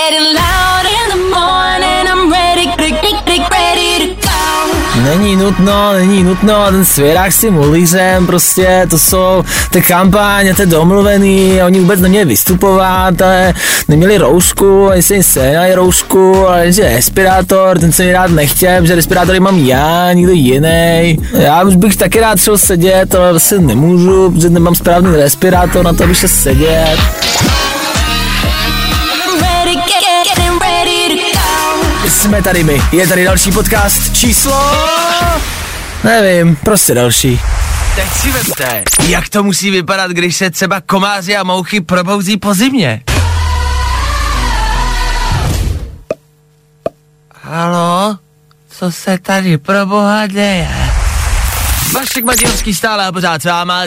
Není nutno, ten svěrák s tím ulízem, prostě to je kampaň, to je domluvený, oni vůbec neměli vystupovat, ale neměli roušku, oni se jim sehnali roušku, ale respirátor, ten se mi rád nechtěl, protože respirátory mám já, nikdo jiný. Já už bych taky rád šel sedět, ale vlastně nemůžu, protože nemám správný respirátor na to, abych šel sedět. Jsme tady my, je tady další podcast číslo... Nevím, prostě další. Teď si vemte, jak to musí vypadat, když se třeba komáři a mouchy probouzí po zimě. Haló? Co se tady pro boha děje? Vašek Matějovský stále a pořád s váma.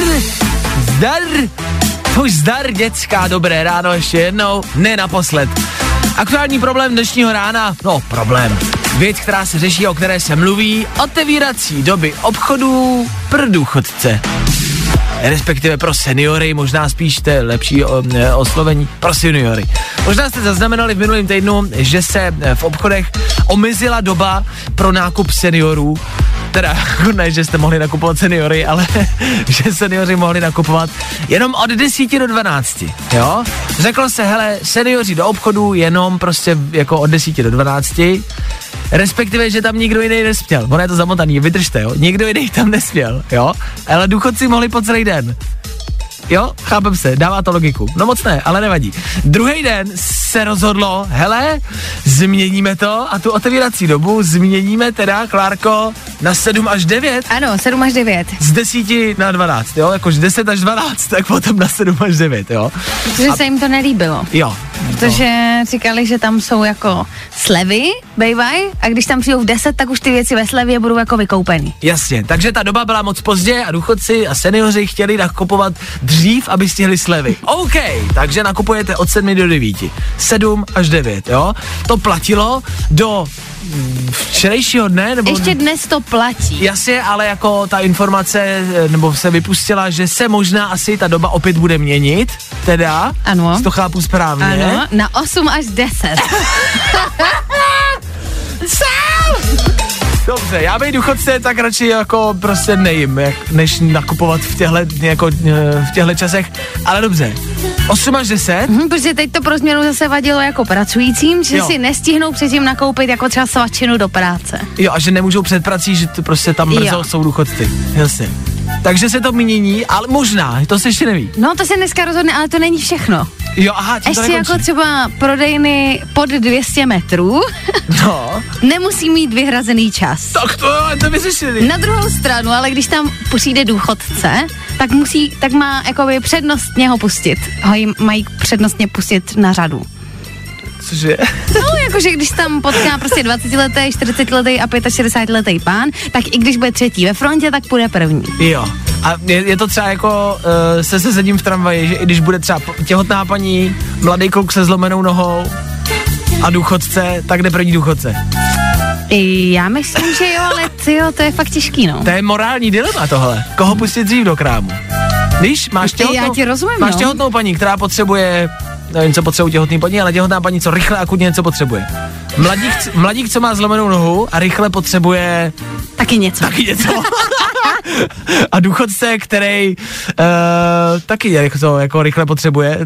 Zdar, děcka, dobré ráno ještě jednou, ne naposled. Aktuální problém dnešního rána, věc, která se řeší, o které se mluví, otevírací doby obchodů pro důchodce. Respektive pro seniory, možná spíš to je lepší oslovení, pro seniory. Možná jste zaznamenali v minulém týdnu, že se v obchodech omezila doba pro nákup seniorů. Teda, ne, že jste mohli nakupovat seniory, ale že seniori mohli nakupovat jenom od 10 do 12, jo? Řeklo se, hele, seniori do obchodu jenom prostě jako od 10 do 12, respektive, že tam nikdo jiný nesměl. Ono je to zamotaný, vydržte, jo? Nikdo jiný tam nesměl, jo? Ale důchodci mohli po celý den. Jo, chápem se, dává to logiku. No moc ne, ale nevadí. Druhý den se rozhodlo, hele, změníme to a tu otevírací dobu změníme teda, Klárko, na 7 až 9. Ano, 7 až 9. Z 10 na 12, jo, jakož 10 až 12, tak potom na 7 až 9, jo. Protože se jim to nelíbilo. Jo. Protože říkali, že tam jsou jako slevy, bejvaj, a když tam přijdou v 10, tak už ty věci ve slevě budou jako vykoupený. Jasně, takže ta doba byla moc pozdě a důchodci a seniori chtěli nakupovat dřív, aby stihli slevy. OK, takže nakupujete od 7 do 9. 7 až 9, jo. To platilo do včerejšího dne, nebo... Ještě dnes to platí. Jasně, ale jako ta informace, nebo se vypustila, že se možná asi ta doba opět bude měnit, teda. Ano. To chápu správně. Ano, na 8 až 10. Dobře, já bych důchodce tak radši jako prostě nejím, než nakupovat v těchto časech, ale dobře. 8 až 10? Protože teď to pro změnu zase vadilo jako pracujícím, že si nestihnou předtím nakoupit jako třeba svačinu do práce. Jo, a že nemůžou před prací, že to prostě tam brzo jsou důchodci. Jasně. Takže se to mění, ale možná, to se ještě neví. No, to se dneska rozhodne, ale to není všechno. Jo, aha, tím to ještě jako třeba prodejny pod 200 metrů nemusí mít vyhrazený čas. Tak to vyřešili. Na druhou stranu, ale když tam přijde důchodce, tak má jakoby přednostně ho pustit. Mají přednostně pustit na řadu. Cože? No, jakože když tam potká prostě 20letý, 40letý a 65letý pán, tak i když bude třetí ve frontě, tak půjde první. Jo. A je to třeba jako se sesedím v tramvaji, že i když bude třeba těhotná paní, mladý kluk se zlomenou nohou a důchodce, tak jde první důchodce. Já myslím, že jo, ale tyjo, to je fakt těžký, no. To je morální dilema tohle. Koho pustit dřív do krámu? Když máš těhotnou paní, která potřebuje, nevím, co potřebuje těhotný paní, ale těhotná paní, co rychle akutně něco potřebuje. Mladík, co má zlomenou nohu a rychle potřebuje... Taky něco. A důchodce, který taky jako rychle potřebuje.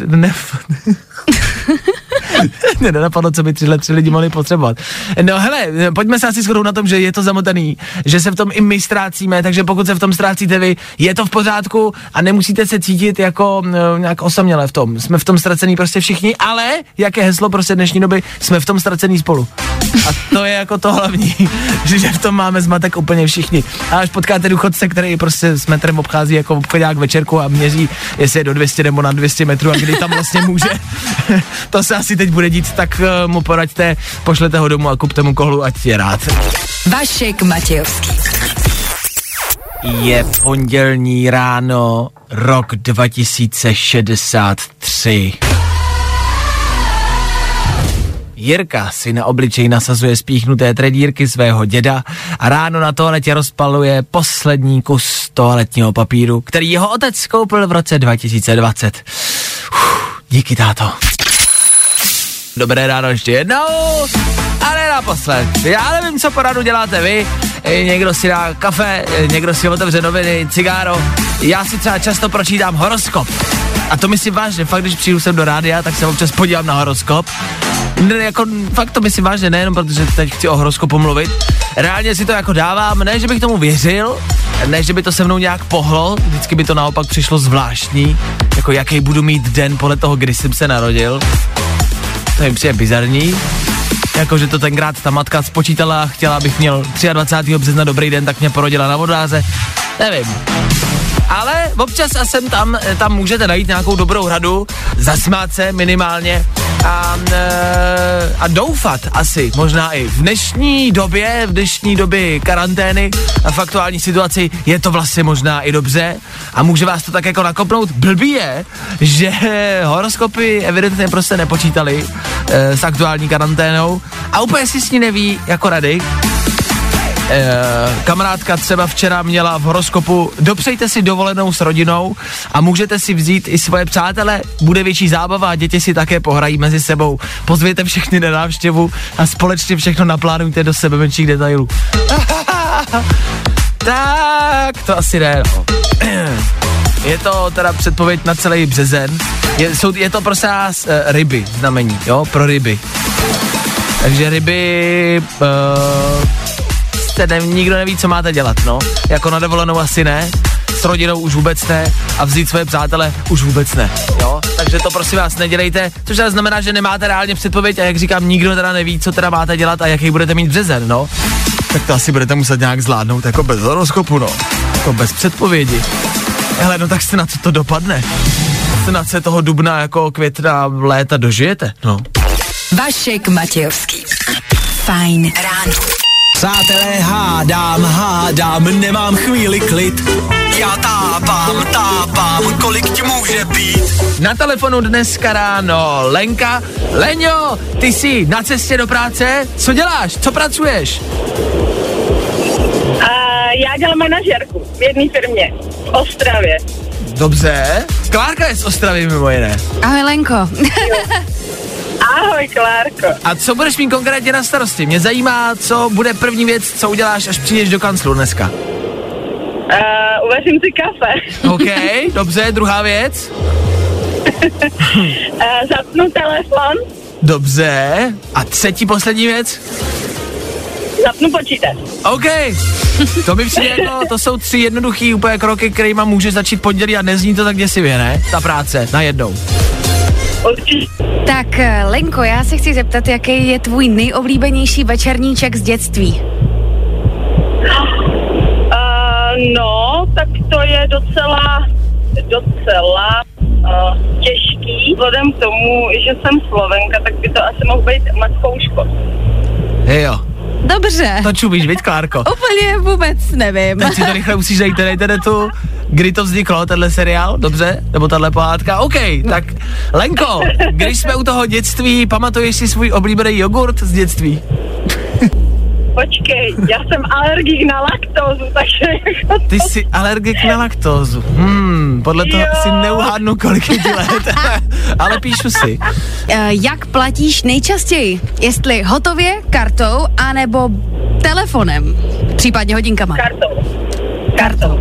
Nenapadlo, co by 3 lidi mohli potřebovat. No hele, pojďme se asi shodnout na tom, že je to zamotaný, že se v tom i my ztrácíme, takže pokud se v tom ztrácíte vy, je to v pořádku a nemusíte se cítit jako nějak osaměle v tom. Jsme v tom ztracený prostě všichni, ale jaké heslo prostě dnešní doby, jsme v tom ztracený spolu. A to je jako to hlavní, že v tom máme zmatek úplně všichni. A až potkáte důchodce, který prostě s metrem obchází jako obchodák večerku a měří, jestli je do 200 nebo na 200 metrů a kdy tam vlastně může, to se asi teď bude dít, tak mu poraďte, pošlete ho domů a kupte mu kohlu, ať je rád. Vašek Matějovský. Je pondělní ráno, rok 2063. Jirka si na obličej nasazuje spíchnuté tredírky svého děda a ráno na toaletě rozpaluje poslední kus toaletního papíru, který jeho otec koupil v roce 2020. Díky, táto. Dobré ráno ještě jednou a ne naposled. Já nevím, co po ránu děláte vy. Někdo si dá kafe, někdo si otevře noviny, cigáro. Já si třeba často pročítám horoskop. A to myslím vážně, fakt když přijdu sem do rádia, tak se občas podívám na horoskop. Jako, fakt to myslím vážně, nejenom protože teď chci o horoskopu mluvit. Reálně si to jako dávám, ne že bych tomu věřil, ne že by to se mnou nějak pohlo, vždycky by to naopak přišlo zvláštní, jako jaký budu mít den podle toho, kdy jsem se narodil. To mi přijde bizarní, jako že to tenkrát ta matka spočítala a chtěla, abych měl 23. března dobrý den, tak mě porodila na vodláze, nevím. Ale občas a sem tam můžete najít nějakou dobrou radu, zasmát se minimálně a doufat asi, možná i v dnešní době karantény a v aktuální situaci je to vlastně možná i dobře a může vás to tak jako nakopnout. Blbý je, že horoskopy evidentně prostě nepočítali s aktuální karanténou a úplně si s ní neví jako rady. Kamarádka třeba včera měla v horoskopu: dopřejte si dovolenou s rodinou a můžete si vzít i svoje přátele, bude větší zábava a děti si také pohrají mezi sebou. Pozvěte všechny na návštěvu a společně všechno naplánujte do sebe menších detailů. Tak, to asi ne, no. Je to teda předpověď na celý březen. Je to prostě ryby znamení, jo, pro ryby. Takže ryby... nikdo neví, co máte dělat, no. Jako na dovolenou asi ne, s rodinou už vůbec ne a vzít své přátele už vůbec ne, jo. Takže to prosím vás nedělejte, což ale znamená, že nemáte reálně předpověď a jak říkám, nikdo teda neví, co teda máte dělat a jaký budete mít březen, no. Tak to asi budete muset nějak zvládnout, jako bez horoskopu, no. Jako bez předpovědi. Hele, no tak snad to dopadne. Snad se toho dubna jako května léta dožijete, no. Vašek Matějovský. Fajn ráno. Přátelé, hádám, nemám chvíli klid. Já tápám, kolik ti může být. Na telefonu dneska ráno Lenka. Leňo, ty jsi na cestě do práce? Co děláš? Co pracuješ? Já dělám manažerku v jedné firmě v Ostravě. Dobře. Klárka je z Ostravy mimo jiné. Ahoj Lenko. Ahoj, Klárko. A co budeš mít konkrétně na starosti? Mě zajímá, co bude první věc, co uděláš, až přijdeš do kanclu dneska. Uvařím si kafe. OK, dobře, druhá věc. Zapnu telefon. Dobře. A třetí poslední věc? Zapnu počítač. OK. To mi přijde jako, to jsou 3 jednoduchý úplně kroky, kterýma můžeš začít pondělí a nezní to tak děsivě, ne? Ta práce, najednou. Určitě. Tak Lenko, já se chci zeptat, jaký je tvůj nejoblíbenější večerníček z dětství? No, tak to je docela těžký. Vzhledem k tomu, že jsem Slovenka, tak by to asi mohl být Matouško. Jo. Dobře. To čumíš, viď, Klárko? Úplně vůbec nevím. Teď si to rychle musíš najít na internetu, kdy to vzniklo, tenhle seriál, dobře? Nebo tahle pohádka? OK, tak Lenko, když jsme u toho dětství, pamatuješ si svůj oblíbený jogurt z dětství? Počkej, já jsem alergik na laktózu, takže jako to... Ty jsi alergik na laktózu. Podle toho si neuhádnu, kolik je ti let, ale píšu si. Jak platíš nejčastěji? Jestli hotově, kartou, anebo telefonem? Případně hodinkama. Kartou.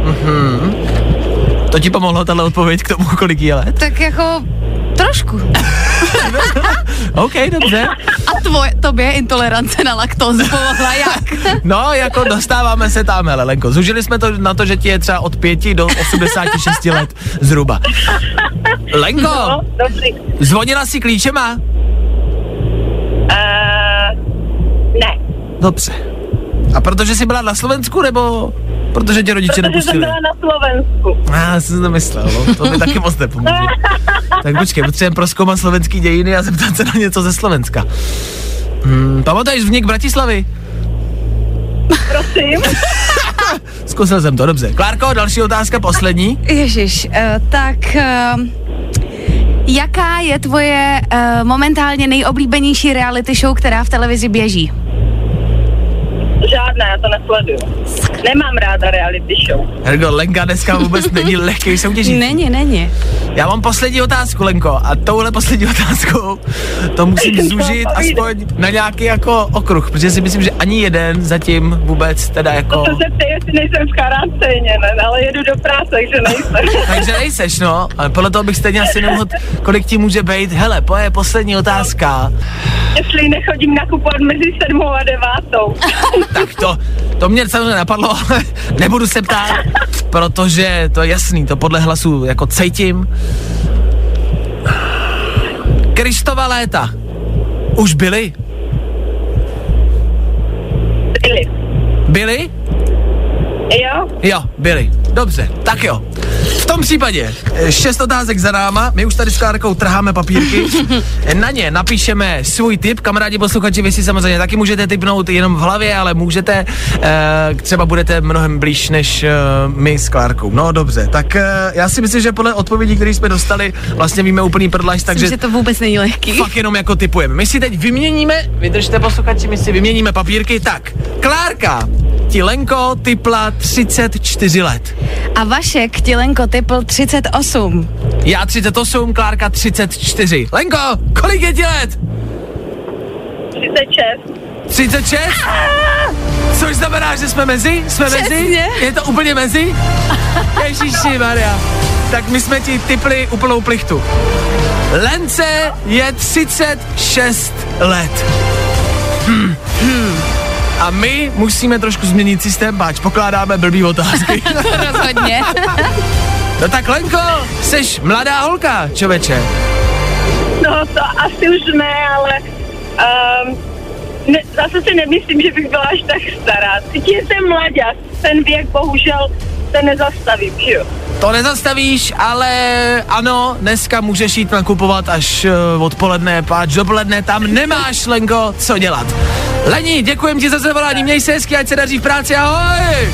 To ti pomohlo tahle odpověď k tomu, kolik je let? Tak jako trošku. OK, dobře. A tobě intolerance na laktózu pomohla jak? No, jako dostáváme se tam, hele, Lenko. Zužili jsme to na to, že ti je třeba od 5 do 86 let zhruba. Lenko, No, dobrý. zvonila si klíčema? Ne. Dobře. A protože jsi byla na Slovensku, nebo protože tě rodiče Protože jsem nepustili? byla na Slovensku. Já jsem to myslel, no, to mi taky moc nepomůže. Tak počkej, potřebujeme prozkoumat slovenský dějiny a zeptat se na něco ze Slovenska. Pamatuješ vznik Bratislavy? Prosím. Zkusil jsem to, dobře. Klárko, další otázka, poslední. Ježiš, jaká je tvoje momentálně nejoblíbenější reality show, která v televizi běží? Žádná, já to nesleduju. Nemám ráda reality show. Hergo, Lenka dneska vůbec není lehký soutěžící. Není. Já mám poslední otázku, Lenko, a touhle poslední otázkou to musím zúžit aspoň na nějaký jako okruh, protože si myslím, že ani jeden zatím vůbec teda jako... To se ptej, jestli nejsem v karanténě, ne? Ale jedu do práce, takže nejsem. Takže nejseš, no, ale podle toho bych stejně asi nemohl, kolik ti může být. Hele, poje poslední otázka. Jestli nechodím nakupovat mezi 7 a 9. Tak to mě samozřejmě napadlo, ale nebudu se ptát, protože to je jasný, to podle hlasu jako cítím. Kristova léta už byly? Byly? Jo, byly. Dobře, tak jo. V tom případě 6 otázek za náma, my už tady s Klárkou trháme papírky, na ně napíšeme svůj tip, kamarádi posluchači, vy si samozřejmě taky můžete tipnout jenom v hlavě, ale můžete, třeba budete mnohem blíž než my s Klárkou. No dobře, tak já si myslím, že podle odpovědí, které jsme dostali, vlastně víme úplný prdlaž, takže... Myslím, že to vůbec není lehký. Fakt jenom jako tipujeme. My si teď vyměníme, vydržte posluchači, my si vyměníme papírky, tak, Klárka ti Lenko tipla 34 let. A Vašek ti Lenko tipl 38. Já 38, Klárka 34. Lenko, kolik je ti let? 36. 36? Což znamená, že jsme mezi? Jsme Přesně. mezi? Je to úplně mezi? Ježiši Maria. Tak my jsme ti tipli úplnou plichtu. Lence je 36 let. A my musíme trošku změnit systém, páč pokládáme blbý otázky. Rozhodně. No tak Lenko, seš mladá holka, čověče. No to asi už ne, ale zase si nemyslím, že bych byla až tak stará. Cítím jsem mladěs, ten věk bohužel se nezastavím, že jo? To nezastavíš, ale ano, dneska můžeš jít nakupovat až odpoledne, páč dopoledne, tam nemáš, Lenko, co dělat. Leni, děkujem ti za zavolání, měj se hezky, ať se daří v práci, ahoj!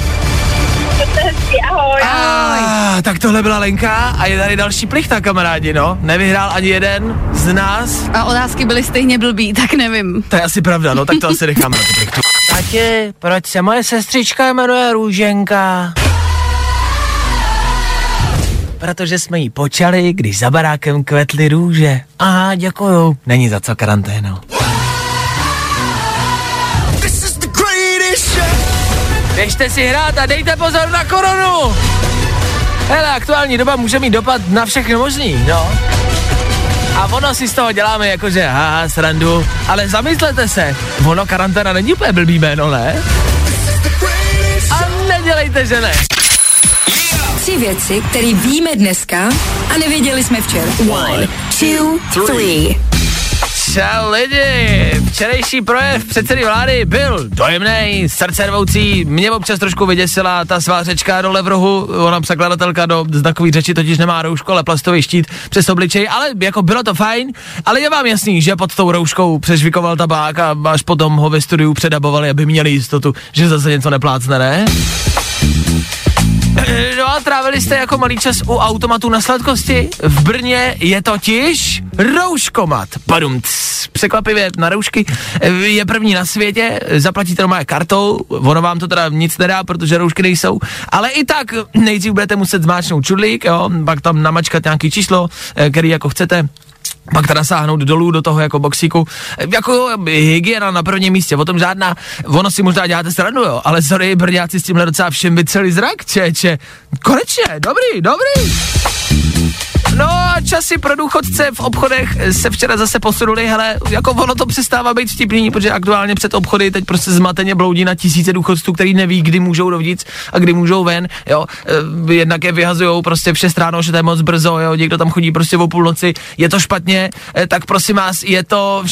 Ahoj. Tak tohle byla Lenka a je tady další plichta, kamarádi, no. Nevyhrál ani jeden z nás. A otázky byly stejně blbý, tak nevím. To je asi pravda, no, tak to asi necháme na tu plichtu. Tati, proč se moje sestřička jmenuje Růženka? Protože jsme jí počali, když za barákem kvetly růže. Aha, děkuju. Není za co, karanténo. Běžte si hrát a dejte pozor na koronu. Hele, aktuální doba může mít dopad na všechno možný, no. A ono si z toho děláme jakože haha, srandu, ale zamyslete se, ono karanténa není úplně blbý jméno, ne? A nedělejte, že ne. 3 věci, které víme dneska a nevěděli jsme včera. 1, 2, 3. Čau lidi, včerejší projev předsedy vlády byl dojemný, srdcervoucí, mě občas trošku vyděsila ta svá řečka dole v rohu, ona překladatelka do znakový řeči totiž nemá roušku, ale plastový štít přes obličej, ale jako bylo to fajn, ale je vám jasný, že pod tou rouškou přežvikoval tabák a až potom ho ve studiu předabovali, aby měli jistotu, že zase něco neplácne, ne? No a trávili jste jako malý čas u automatu na sladkosti? V Brně je totiž rouškomat. Překvapivě na roušky je první na světě, zaplatíte normálně kartou, ono vám to teda nic nedá, protože roušky nejsou, ale i tak nejdřív budete muset zmáčknout čudlík, jo, pak tam namačkat nějaký číslo, který jako chcete, pak teda sáhnout dolů do toho jako boxíku. Jako hygiena na prvním místě, o tom žádná, ono si možná děláte srandu, jo, ale sorry, Brňáci s tímhle docela všem vyceli zrak, čeče. Konečně, dobrý. No a časy pro důchodce v obchodech se včera zase posunuly, hele, jako ono to přestává být vtipný, protože aktuálně před obchody teď prostě zmateně bloudí na tisíce důchodců, který neví, kdy můžou dovnitř a kdy můžou ven, jo, jednak je vyhazujou prostě v 6 ráno, že to je moc brzo, jo, někdo tam chodí prostě o půlnoci, je to špatně, tak prosím vás, je to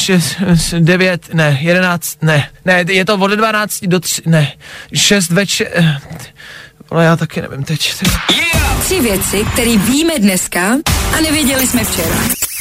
11, je to od 12 do 3, 6 večer, ale já taky nevím teď. 3 věci, které víme dneska a nevěděli jsme včera.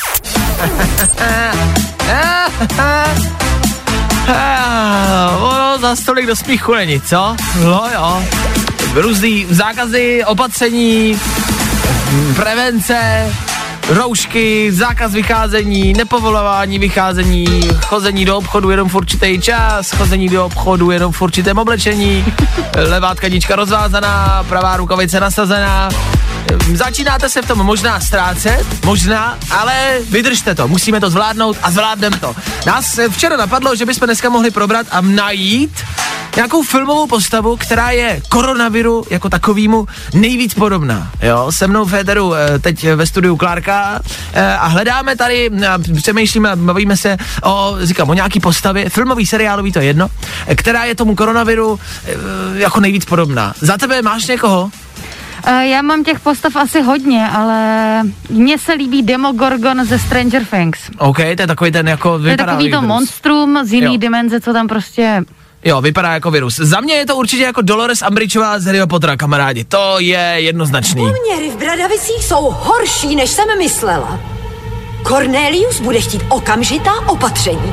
Ono za stolik do smíchu není, co? No jo. Různý zákazy, opatření, prevence, roušky, zákaz vycházení, nepovolování vycházení, chození do obchodu jenom v určitý čas, chození do obchodu jenom v určitém oblečení, levá tkanička rozvázaná, pravá rukavice nasazená. Začínáte se v tom možná ztrácet, možná, ale vydržte to, musíme to zvládnout a zvládneme to. Nás včera napadlo, že bychom dneska mohli probrat a najít nějakou filmovou postavu, která je koronaviru jako takovýmu nejvíc podobná. Jo, se mnou v éteru teď ve studiu Klárka a hledáme tady, přemýšlíme a bavíme se o nějaký postavě, filmový, seriálový, to je jedno, která je tomu koronaviru jako nejvíc podobná. Za tebe máš někoho? Já mám těch postav asi hodně, ale mně se líbí Demogorgon ze Stranger Things. OK, to je takový ten jako vypadá. To je takový to monstrum z jiný dimenze, co tam prostě... Jo, vypadá jako virus. Za mě je to určitě jako Dolores Umbridgeová z Harryho Pottera, kamarádi. To je jednoznačný. Poměry v Bradavicích jsou horší, než jsem myslela. Cornelius bude chtít okamžitá opatření.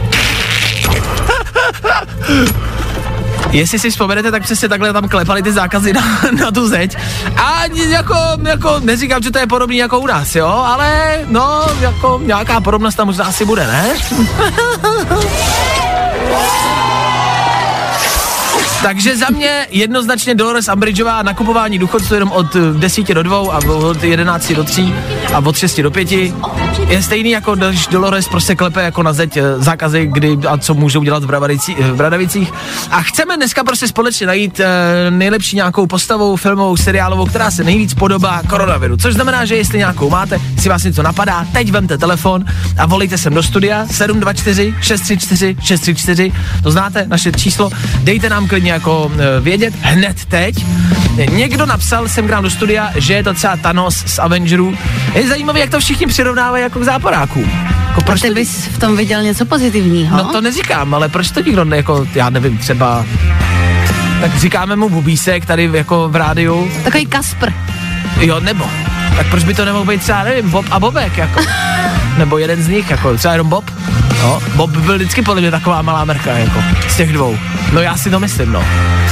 Jestli si vzpomenete, tak přesně takhle tam klepali ty zákazy na tu zeď. A jako neříkám, že to je podobný jako u nás, jo, ale no, jako nějaká podobnost tam možná asi bude, ne? Takže za mě jednoznačně Dolores Umbridgeová, nakupování důchodců jenom od 10 do 2 a od 11 do 3 a od 6 do 5 je stejný jako když Dolores prostě klepe jako na zeď zákazy, kdy a co můžou dělat v Bradavicích. A chceme dneska prostě společně najít nejlepší nějakou postavou, filmovou, seriálovou, která se nejvíc podobá koronaviru. Což znamená, že jestli nějakou máte, si vás něco napadá, teď vemte telefon a volejte sem do studia 724 634 634, to znáte, naše číslo, dejte nám klidně jako vědět hned teď. Někdo napsal sem k nám do studia, že je to třeba Thanos z Avengerů. Je zajímavé, jak to všichni přirovnávají jako k záporákům. Jako proč ty bys v tom viděl něco pozitivního? No to neříkám, ale proč to nikdo jako, já nevím, třeba tak říkáme mu Bubísek tady jako v rádiu. Takový Kaspr. Jo, nebo. Tak proč by to nemohl být třeba, nevím, Bob a Bobek, jako. Nebo jeden z nich, jako třeba jenom Bob. No, Bob byl vždycky podle mě taková malá mrcha, jako, z těch dvou. No já si to myslím, no.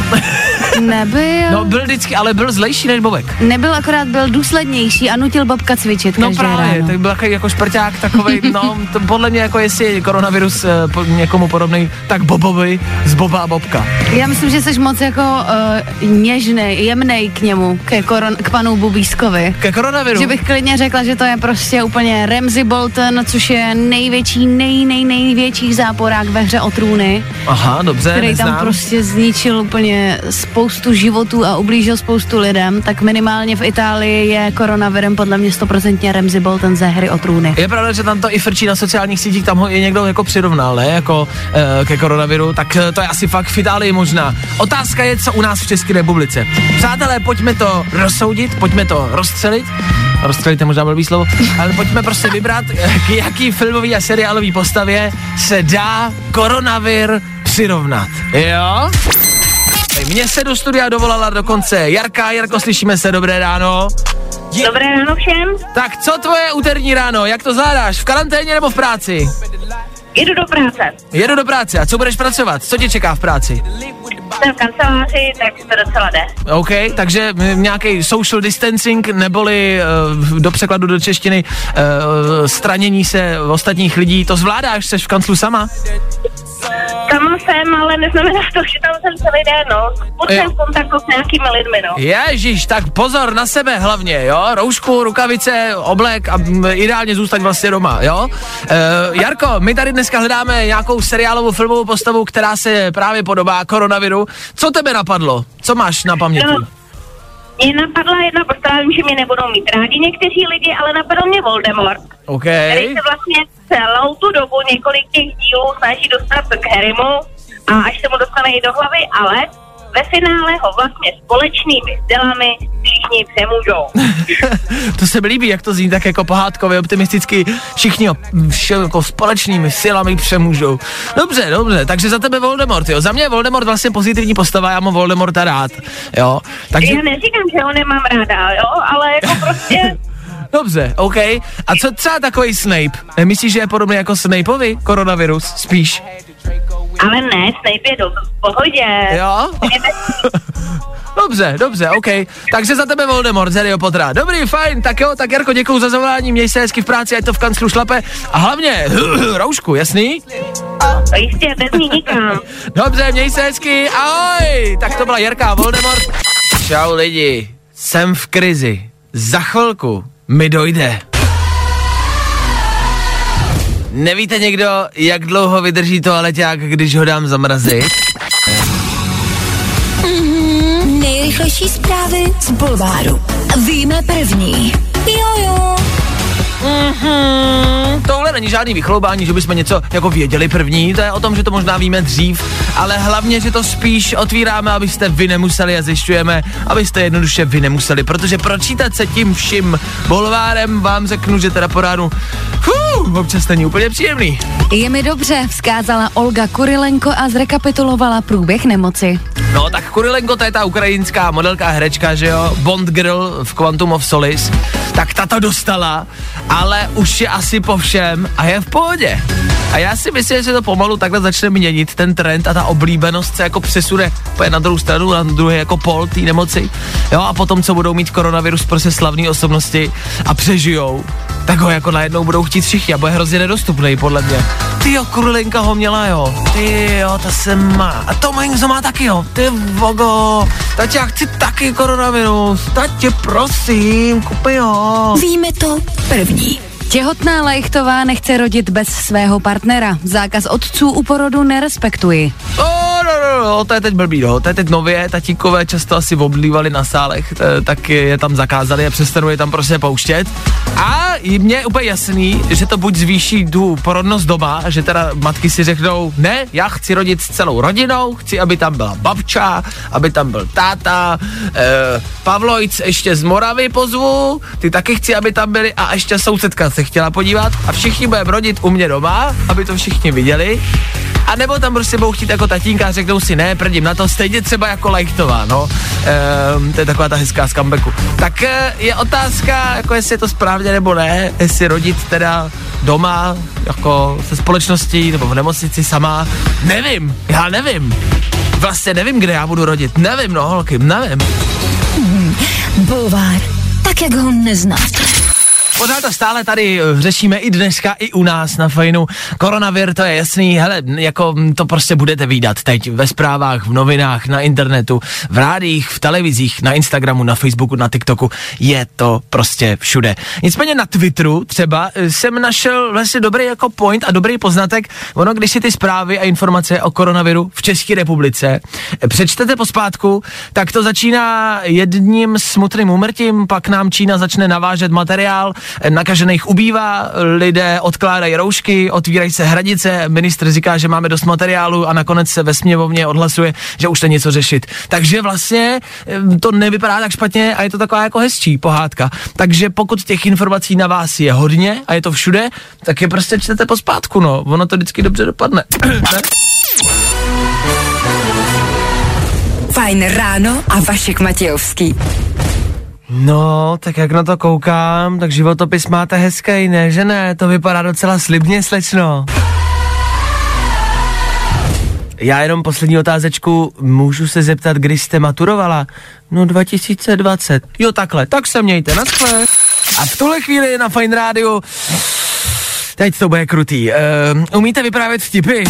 Nebyl. No byl vždycky, ale byl zlejší než Bobek. Nebyl, akorát byl důslednější a nutil Bobka cvičit každé ráno. No právě, tak byl takový jako šprťák takovej, no to podle mě jako jestli je koronavirus někomu podobný, tak Bobovi z Boba a Bobka. Já myslím, že jsi moc jako něžnej, jemnej k němu, k panu Bubískovi. Ke koronaviru? Že bych klidně řekla, že to je prostě úplně Ramsay Bolton, což je největší, největší záporák ve hře o trůny. Aha, dobře, který neznám. Tam prostě zničil úplně spoustu životů a ublížil spoustu lidem, tak minimálně v Itálii je koronavirem podle mě 100% Ramsay Bolton ze hry o trůny. Je pravda, že tam to i frčí na sociálních sítích, tam ho je někdo jako přirovnal, ne, jako ke koronaviru, tak to je asi fakt v Itálii možná. Otázka je, co u nás v České republice. Přátelé, pojďme to rozsoudit, pojďme to rozstřelit. Rozstřelit je možná blbý slovo, ale pojďme prostě vybrat, k jaký filmový a seriálový postavě se dá koronavir přirovnat. Jo? Mně se do studia dovolala dokonce Jarka. Jarko, slyšíme se, dobré ráno. Dobré ráno všem. Tak co tvoje úterní ráno, jak to zvládáš, v karanténě nebo v práci? Jedu do práce. Jedu do práce, a co budeš pracovat, co tě čeká v práci? Jsem v kanceláři, tak to docela jde. OK, takže nějaký social distancing, neboli do překladu do češtiny stranění se ostatních lidí, to zvládáš, jsi v kanclu sama? Sama jsem, ale neznamená to, že tam jsem celý den, no. Jsem v kontaktu s nějakými lidmi, no. Ježíš, tak pozor na sebe hlavně, jo? Roušku, rukavice, oblek a ideálně zůstať vlastně doma, jo? Jarko, my tady dneska hledáme nějakou seriálovou filmovou postavu, která se právě podobá koronaviru. Co tebe napadlo? Co máš na paměti? No, mě napadla jedna postava, vím, že mě nebudou mít rádi někteří lidi, ale napadl mě Voldemort. Okay. Který se vlastně celou tu dobu několik těch dílů snaží dostat k Harrymu a až se mu dostane i do hlavy, ale ve finále ho vlastně společnými silami všichni přemůžou. To se mi líbí, jak to zní tak jako pohádkově, optimisticky, všichni jako společnými silami přemůžou. Dobře, takže za tebe Voldemort, jo. Za mě je Voldemort vlastně pozitivní postava, já mám Voldemorta rád, jo. Takže... Já neříkám, že ho nemám ráda, jo, ale jako prostě... Dobře, OK. A co třeba takový Snape? Myslíš, že je podobný jako Snapeovi koronavirus? Spíš. Ale ne, Snape je v pohodě. Jo? Dobře, OK. Takže za tebe Voldemort z Harryho Pottera. Dobrý, fajn, tak jo, tak Jarko, děkuju za zavolání, měj se hezky v práci, ať to v kanclu šlape. A hlavně, roušku, jasný? Jistě, bez ní nikam. Dobře, měj se hezky, ahoj. Tak to byla Jarka a Voldemort. Čau lidi, jsem v krizi. Za chvilku mi dojde. Nevíte někdo, jak dlouho vydrží toaleťák, když ho dám zamrazit? Nejrychlejší zprávy z bulváru. Víme první. Jo. Tohle není žádný vychloubání, že bychom něco jako věděli první, to je o tom, že to možná víme dřív, ale hlavně, že to spíš otvíráme, abyste vy nemuseli a zjišťujeme, abyste jednoduše vy nemuseli, protože pročítat se tím vším bulvárem vám řeknu, že teda po ránu občas není úplně příjemný. Je mi dobře, vzkázala Olga Kurilenko a zrekapitulovala průběh nemoci. No tak Kurilenko, to je ta ukrajinská modelka herečka, že jo, Bond Girl v Quantum of Solace, tak ta to dostala, ale už je asi po všem a je v pohodě. A já si myslím, že se to pomalu takhle začne měnit, ten trend a ta oblíbenost se jako přesune na druhou stranu, na druhý jako pol té nemoci. Jo, a potom, co budou mít koronavirus prostě slavné osobnosti a přežijou, tak ho jako najednou budou chtít všichni a bude hrozně nedostupný, podle mě. Tyjo, Kurilenka ho měla, jo. Tyjo, ta se má. A Tom Hanks ho má taky, jo. Ty vogo. Tati, já chci taky koronavirus. Tati, prosím, kupi ho. Víme to první. Těhotná Lajchtová nechce rodit bez svého partnera. Zákaz otců u porodu nerespektuji. No, to je teď blbý, no. To je teď nově, tatíkové často asi oblívali na sálech, tak je tam zakázali a přestanou je tam prostě pouštět. A mně je úplně jasný, že to buď zvýší tu porodnost doma, že teda matky si řeknou, ne, já chci rodit s celou rodinou, chci, aby tam byla babča, aby tam byl táta, Pavlojc ještě z Moravy pozvu, ty taky chci, aby tam byli a ještě sousedka se chtěla podívat a všichni budeme rodit u mě doma, aby to všichni viděli. A nebo tam prostě budou chtít jako tatínka a řeknou si, ne, prdím na to, stejně třeba jako Lajchtová, no. To je taková ta hezká z comebacku. Tak je otázka, jako jestli je to správně nebo ne, jestli rodit teda doma, jako se společností, nebo v nemocnici sama, nevím, já nevím. Vlastně nevím, kde já budu rodit, nevím, no holky, nevím. Bulvár, tak jak ho neznáte. Pořád to stále tady řešíme i dneska, i u nás na Fajnu. Koronavir, to je jasný, hele, jako to prostě budete vídat teď ve zprávách, v novinách, na internetu, v rádiích, v televizích, na Instagramu, na Facebooku, na TikToku, je to prostě všude. Nicméně na Twitteru třeba jsem našel vlastně dobrý jako point a dobrý poznatek, ono, když si ty zprávy a informace o koronaviru v České republice přečtete pospátku, tak to začíná jedním smutným úmrtím, pak nám Čína začne navážet materiál, nakažených ubývá, lidé odkládají roušky, otvírají se hranice, ministr říká, že máme dost materiálu a nakonec se ve sněmovně odhlasuje, že už to něco řešit. Takže vlastně to nevypadá tak špatně a je to taková jako hezčí pohádka. Takže pokud těch informací na vás je hodně a je to všude, tak je prostě čtete pospátku, no. Ono to vždycky dobře dopadne. Fajn ráno a Vašek Matějovský. No, tak jak na to koukám, tak životopis máte hezký, ne, že ne? To vypadá docela slibně, slečno. Já jenom poslední otázečku, můžu se zeptat, kdy jste maturovala? No 2020. Jo, takhle, tak se mějte, naschle. A v tuhle chvíli na Fajn rádiu, teď to bude krutý, umíte vyprávět vtipy?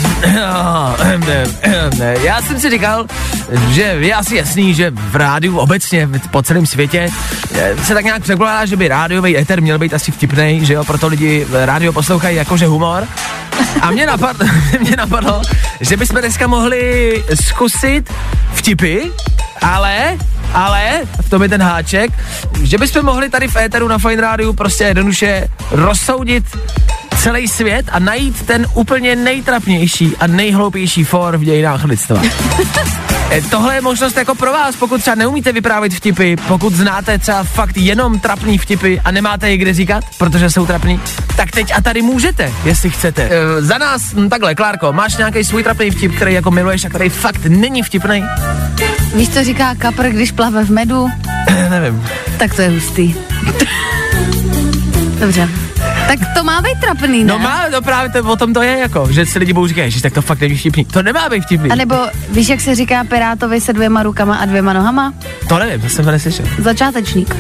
Ne. Já jsem si říkal, že je asi jasný, že v rádiu obecně po celém světě se tak nějak předpokládá, že by rádiový éter měl být asi vtipnej, že jo, proto lidi rádio poslouchají jakože humor. A mě napadlo, že bychom dneska mohli zkusit vtipy, ale v tom je ten háček, že bychom mohli tady v éteru na Fajn rádiu prostě jednoduše rozsoudit celý svět a najít ten úplně nejtrapnější a nejhloupější for v dějinách lidstva. Tohle je možnost jako pro vás, pokud třeba neumíte vyprávět vtipy, pokud znáte třeba fakt jenom trapný vtipy a nemáte je kde říkat, protože jsou trapný, tak teď a tady můžete, jestli chcete. Za nás, takhle, Klárko, máš nějaký svůj trapný vtip, který jako miluješ a který fakt není vtipnej? Víš, co říká kapr, když plave v medu? Nevím. Tak to je hustý. Dobře. Tak to má být trapný, ne? No má, no právě o tom to je jako, že si lidi budou říkat, že tak to fakt není vtipný. To nemá být vtipný. A nebo víš, jak se říká pirátovi se 2 rukama a 2 nohama? To nevím, to jsem to neslyšel. Začátečník.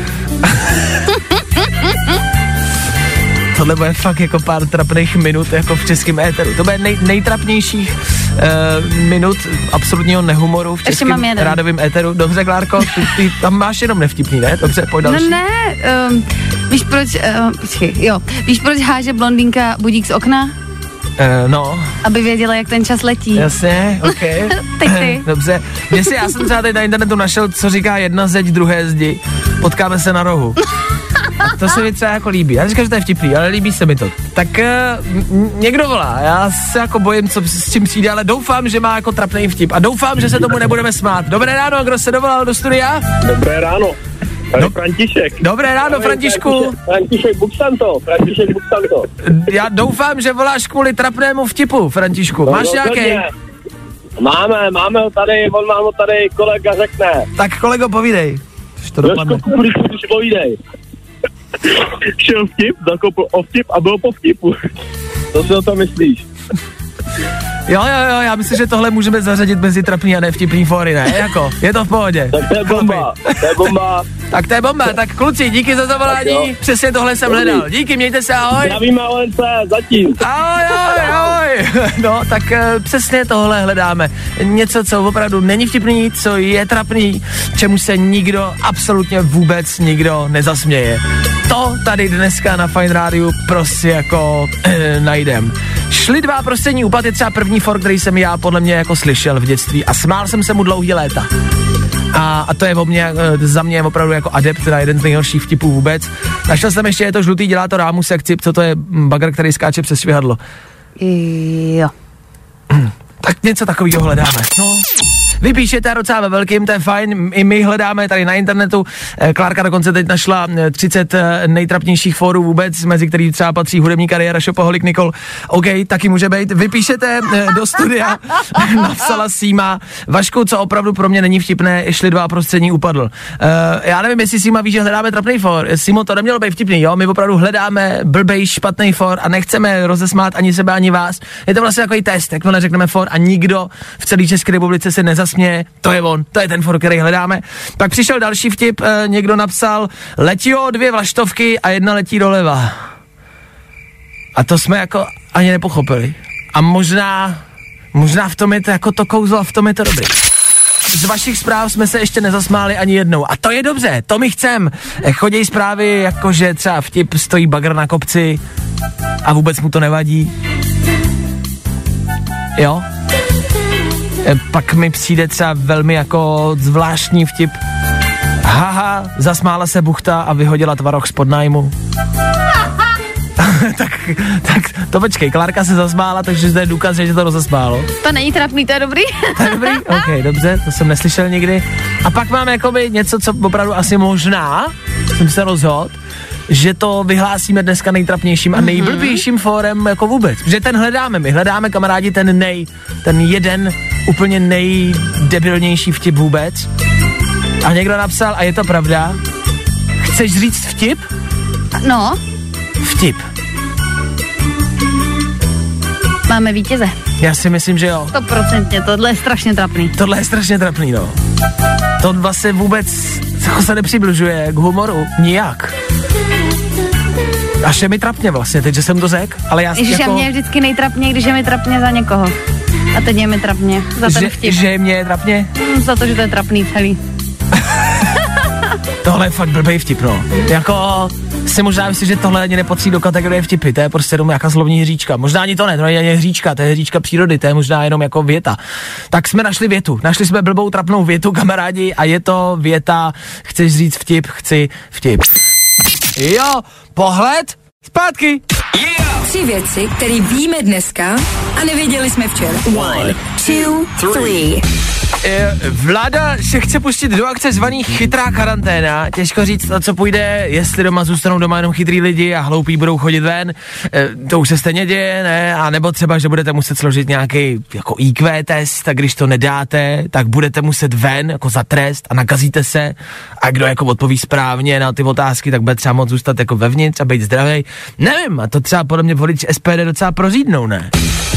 Tohle bude fakt jako pár trapných minut jako v českém éteru. To bude nejtrapnějších minut absolutního nehumoru v českém rádovém éteru. Dobře, Klárko, ty tam máš jenom nevtipný, ne? Dobře, pojď další. No ne, víš proč, víš proč háže blondýnka budík z okna? No. Aby věděla, jak ten čas letí. Jasně, okej. Ty. Dobře. Já jsem třeba teď na internetu našel, co říká jedna zeď druhé zdi. Potkáme se na rohu. A to se mi třeba jako líbí. Já říkám, že to je vtipný, ale líbí se mi to. Tak někdo volá, já se jako bojím, co s čím přijde, ale doufám, že má jako trapný vtip a doufám, že se tomu nebudeme smát. Dobré ráno, kdo se dovolal do studia? Dobré ráno. Tady František. Dobré ráno, Františku. František Buxanto. Já doufám, že voláš kvůli trapnému vtipu, Františku. No, máš nějaký? Máme ho tady, on vám ho tady kolega řekne. Tak kolego, povídej. Jožko Kukulíku, povídej. Šel vtip, zakopl o vtip a byl po vtipu. Co si o to myslíš? Jo, já myslím, že tohle můžeme zařadit mezi trapný a nevtipný fóry, ne? Jako, je to v pohodě. Tak to je bomba. Tak to je bomba, tak kluci, díky za zavolání, přesně tohle jsem hledal. Díky, mějte se, ahoj. Zdravíme ONC, zatím. Ahoj. No, tak přesně tohle hledáme. Něco, co opravdu není vtipný, co je trapný, čemu se nikdo, absolutně vůbec nikdo nezasměje. To tady dneska na Fajn Rádiu prostě jako najdem. Šli 2 prostřední úpad je třeba první for, který jsem já podle mě jako slyšel v dětství a smál jsem se mu dlouhý léta. A to je za mě opravdu jako adept, teda jeden z nejhorších vtipů vůbec. Našel jsem ještě, je to žlutý, dělá to rámu sekci, co to je bagr, který skáče přes švihadlo. Jo. Tak něco takového hledáme. No. Vy píšete docela ve velkým, to je fajn, i my hledáme tady na internetu. Klárka dokonce teď našla 30 nejtrapnějších fórů vůbec, mezi který třeba patří hudební kariéra, šopoholik Nikol. OK, taky může být. Vy píšete do studia, napsala Síma. Vašku, co opravdu pro mě není vtipné, šli 2 prostřední upadl. Já nevím, jestli Síma ví, že hledáme trapný fór. Símo, to nemělo být vtipný, jo? My opravdu hledáme blbej, špatný fór a nechceme rozesmát ani sebe, ani vás. Je to vlastně takový test, jak to neřekneme fór a nikdo v celé České republice se nezasměje. To je on, to je ten for, který hledáme. Pak přišel další vtip, někdo napsal, letí 2 vlaštovky a 1 letí doleva. A to jsme jako ani nepochopili. A možná v tom je to jako to kouzlo a v tom je to dobrý. Z vašich zpráv jsme se ještě nezasmáli ani jednou. A to je dobře, to my chcem. Chodějí zprávy, jakože třeba vtip stojí bagr na kopci a vůbec mu to nevadí. Jo? Pak mi přijde třeba velmi jako zvláštní vtip. Haha, zasmála se buchta a vyhodila tvaroh spod nájmu. tak to počkej, Klárka se zasmála, takže zde je důkaz, že to rozesmálo. To není trapný, to je dobrý. To je dobrý? OK, dobře, to jsem neslyšel nikdy. A pak máme jakoby něco, co opravdu asi možná, jsem se rozhodl, že to vyhlásíme dneska nejtrapnějším a nejblbějším fórem jako vůbec. Že ten hledáme, my hledáme, kamarádi, ten jeden úplně nejdebilnější vtip vůbec. A někdo napsal, a je to pravda, chceš říct vtip? No. Vtip. Máme vítěze. Já si myslím, že jo. 100%, tohle je strašně trapný. Tohle je strašně trapný, no. To vlastně vůbec se nepřibližuje k humoru, nijak. Až je mi trapně vlastně, teď, že jsem to řekl, ale já Ježiš, jako... mě je vždycky nejtrapně, když je mi trapně za někoho. A teď je mi trapně za ten vtip. Že mě je trapně? Za to, že to je trapný celý. Tohle je fakt blbej vtip, no. Jako si možná myslím, že tohle ani nepatří do kategorie vtipy, to je prostě jenom nějaká slovní hříčka. Možná ani to ne, to není ani hříčka, to je hříčka přírody, to je možná jenom jako věta. Tak jsme našli větu, našli jsme blbou trapnou větu, kamarádi, a je to věta, chceš říct vtip, chci vtip. Jo, pohled, zpátky. Yeah! 3 věci, které víme dneska a nevěděli jsme včera. 1, 2, 3. Vláda se chce pustit do akce zvaný chytrá karanténa. Těžko říct, co půjde, jestli doma zůstanou doma jenom chytrý lidi a hloupí budou chodit ven. To už se stejně děje, ne? A nebo třeba, že budete muset složit nějaký jako IQ test, a když to nedáte, tak budete muset ven jako za trest a nakazíte se. A kdo jako odpoví správně na ty otázky, tak bude třeba moct zůstat jako vevnitř a být zdravý. Nevím, a to třeba podle mě volič SPD docela prořídnou, ne?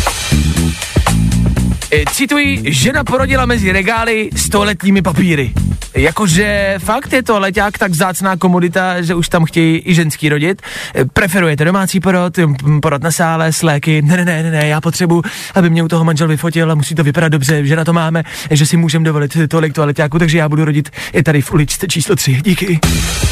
Cituji, žena porodila mezi regály s toaletními papíry. Jakože fakt je to leťák tak vzácná komodita, že už tam chtějí i ženský rodit. Preferujete domácí porod na sále s léky. Ne, já potřebuji, aby mě u toho manžel vyfotil a musí to vypadat dobře, že na to máme, že si můžeme dovolit tolik toaleťáků, takže já budu rodit i tady v uličce číslo 3. Díky.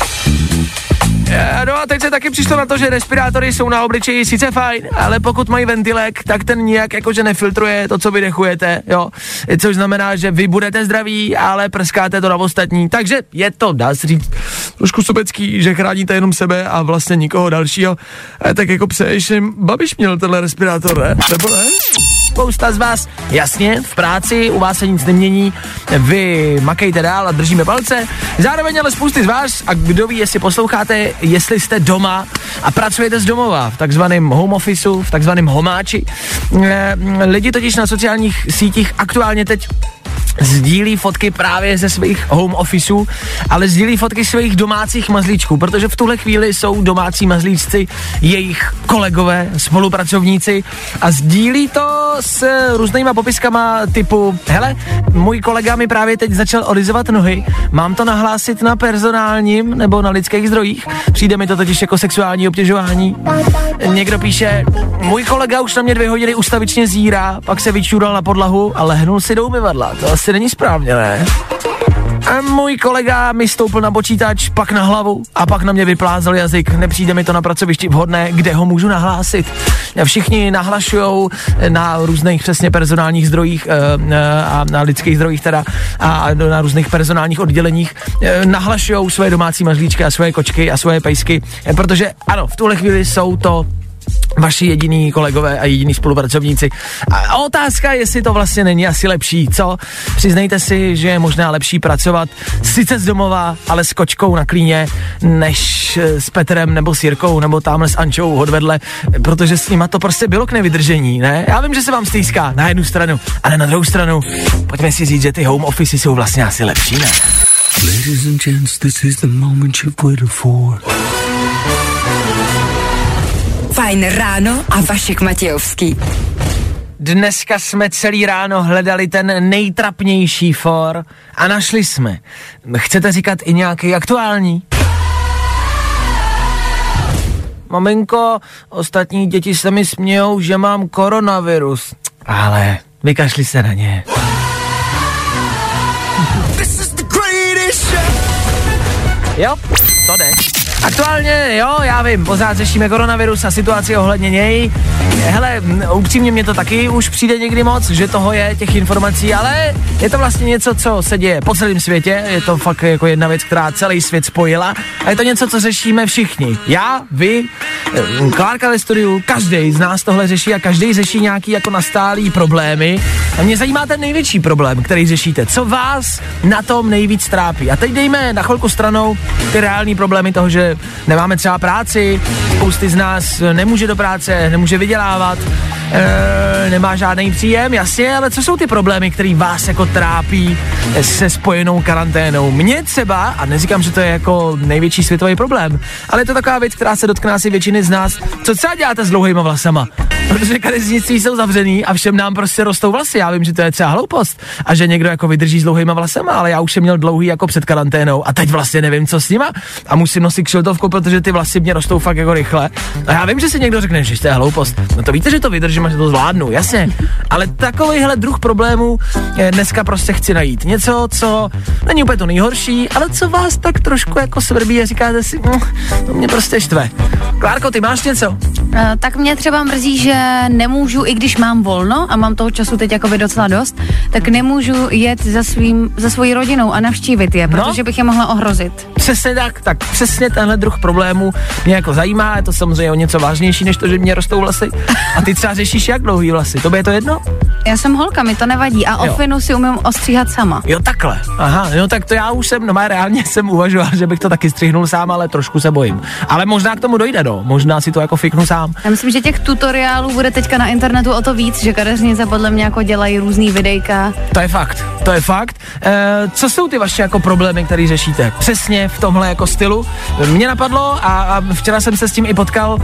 No a teď se taky přišlo na to, že respirátory jsou na obličeji sice fajn, ale pokud mají ventilek, tak ten nijak jakože nefiltruje to, co vydechujete, jo. Což znamená, že vy budete zdraví, ale prskáte to na ostatní. Takže je to, dá se říct, trošku sobecký, že chráníte jenom sebe a vlastně nikoho dalšího. Tak jako především Babiš měl tenhle respirátor, ne? Nebo ne? Spousta z vás, jasně, v práci, u vás se nic nemění, vy makejte dál a držíme palce. Zároveň ale spousty z vás, a kdo ví, jestli posloucháte, jestli jste doma a pracujete z domova, v takzvaném home officeu, v takzvaném homáči. Lidi totiž na sociálních sítích aktuálně teď sdílí fotky právě ze svých home officeů, ale sdílí fotky svých domácích mazlíčků, protože v tuhle chvíli jsou domácí mazlíčci jejich kolegové, spolupracovníci a sdílí to s různýma popiskama typu, hele, můj kolega mi právě teď začal orizovat nohy, mám to nahlásit na personálním nebo na lidských zdrojích, přijde mi to totiž jako sexuální obtěžování. Někdo píše, můj kolega už na mě 2 hodiny ustavičně zírá, pak se vyčural na podlahu a lehnul si do umyvadla, to asi není správně, ne? A můj kolega mi stoupil na počítač, pak na hlavu a pak na mě vyplázel jazyk. Nepřijde mi to na pracovišti vhodné, kde ho můžu nahlásit. Všichni nahlašujou na různých přesně personálních zdrojích a na lidských zdrojích teda a na různých personálních odděleních nahlašujou své domácí mazlíčky a svoje kočky a svoje pejsky, protože ano, v tuhle chvíli jsou to vaši jediný kolegové a jediný spolupracovníci. A otázka, jestli to vlastně není asi lepší, co? Přiznejte si, že je možná lepší pracovat sice z domova, ale s kočkou na klíně, než s Petrem nebo s Jirkou, nebo tamhle s Ančou odvedle, protože s nima to prostě bylo k nevydržení, ne? Já vím, že se vám stýská na jednu stranu, ale na druhou stranu, pojďme si říct, že ty home office jsou vlastně asi lepší, ne? Ladies and gents, this is the moment you've waited for. Fajn ráno a Vašek Matějovský. Dneska jsme celý ráno hledali ten nejtrapnější for a našli jsme. Chcete říkat i nějaký aktuální? Maminko, ostatní děti se mi smějou, že mám koronavirus. Ale vykašli se na ně. Jo, to jde. Aktuálně, jo, já vím, pořád řešíme koronavirus a situaci ohledně něj. Hele, upřímně mě to taky už přijde někdy moc, že toho je, těch informací, ale je to vlastně něco, co se děje po celém světě, je to fakt jako jedna věc, která celý svět spojila a je to něco, co řešíme všichni. Já, vy, Klárka ve studiu, každý z nás tohle řeší a každý řeší nějaký jako nastálý problémy a mě zajímá ten největší problém, který řešíte. Co vás na tom nejvíc trápí? A teď dejme na chvilku stranou ty reální problémy toho, že nemáme třeba práci, spousty z nás nemůže do práce, nemůže vydělávat, nemá žádný příjem, jasně, ale co jsou ty problémy, které vás jako trápí se spojenou karanténou? Mně třeba, a neříkám, že to je jako největší světový problém, ale je to taková věc, která se dotkne asi většiny z nás. Co třeba děláte s dlouhýma vlasama? Protože kadeřnictví jsou zavřený a všem nám prostě rostou vlasy. Já vím, že to je třeba hloupost a že někdo jako vydrží s dlouhýma vlasama, ale já už jsem měl dlouhý jako před karanténou a teď vlastně nevím, co s nima a musím nosit kšiltovku, protože ty vlasy mě rostou fakt jako rychle. A já vím, že si někdo řekne, že to je hloupost. No to víte, že to vydržím a že to zvládnu, jasně. Ale takovýhle druh problémů dneska prostě chci najít. Něco, co není úplně to nejhorší, ale co vás tak trošku jako svrbí a říkáte si, to mě prostě štve. Klárko, ty máš něco? Tak mě třeba mrzí, že nemůžu, i když mám volno a mám toho času teď jakoby docela dost, tak nemůžu jet za svojí rodinou a navštívit je, protože bych je mohla ohrozit. Přesně tak přesně tenhle druh problému mě jako zajímá, je to samozřejmě o něco vážnější, než to, že mě rostou vlasy. A ty třeba řešíš jak dlouhý vlasy, tobě je to jedno? Já jsem holka, mi to nevadí a ofinu si umím ostříhat sama. Jo, takhle. Aha, no tak to já už jsem, reálně jsem uvažoval, že bych to taky střihnul sám, ale trošku se bojím. Ale možná k tomu dojde, možná si to jako fiknu sám. Já myslím, že těch tutoriálů bude teďka na internetu o to víc, že kadeřnice podle mě jako dělají různý videjka. To je fakt. Co jsou ty vaše jako problémy, které řešíte? Přesně v tomhle jako stylu. Mě napadlo a včera jsem se s tím i potkal,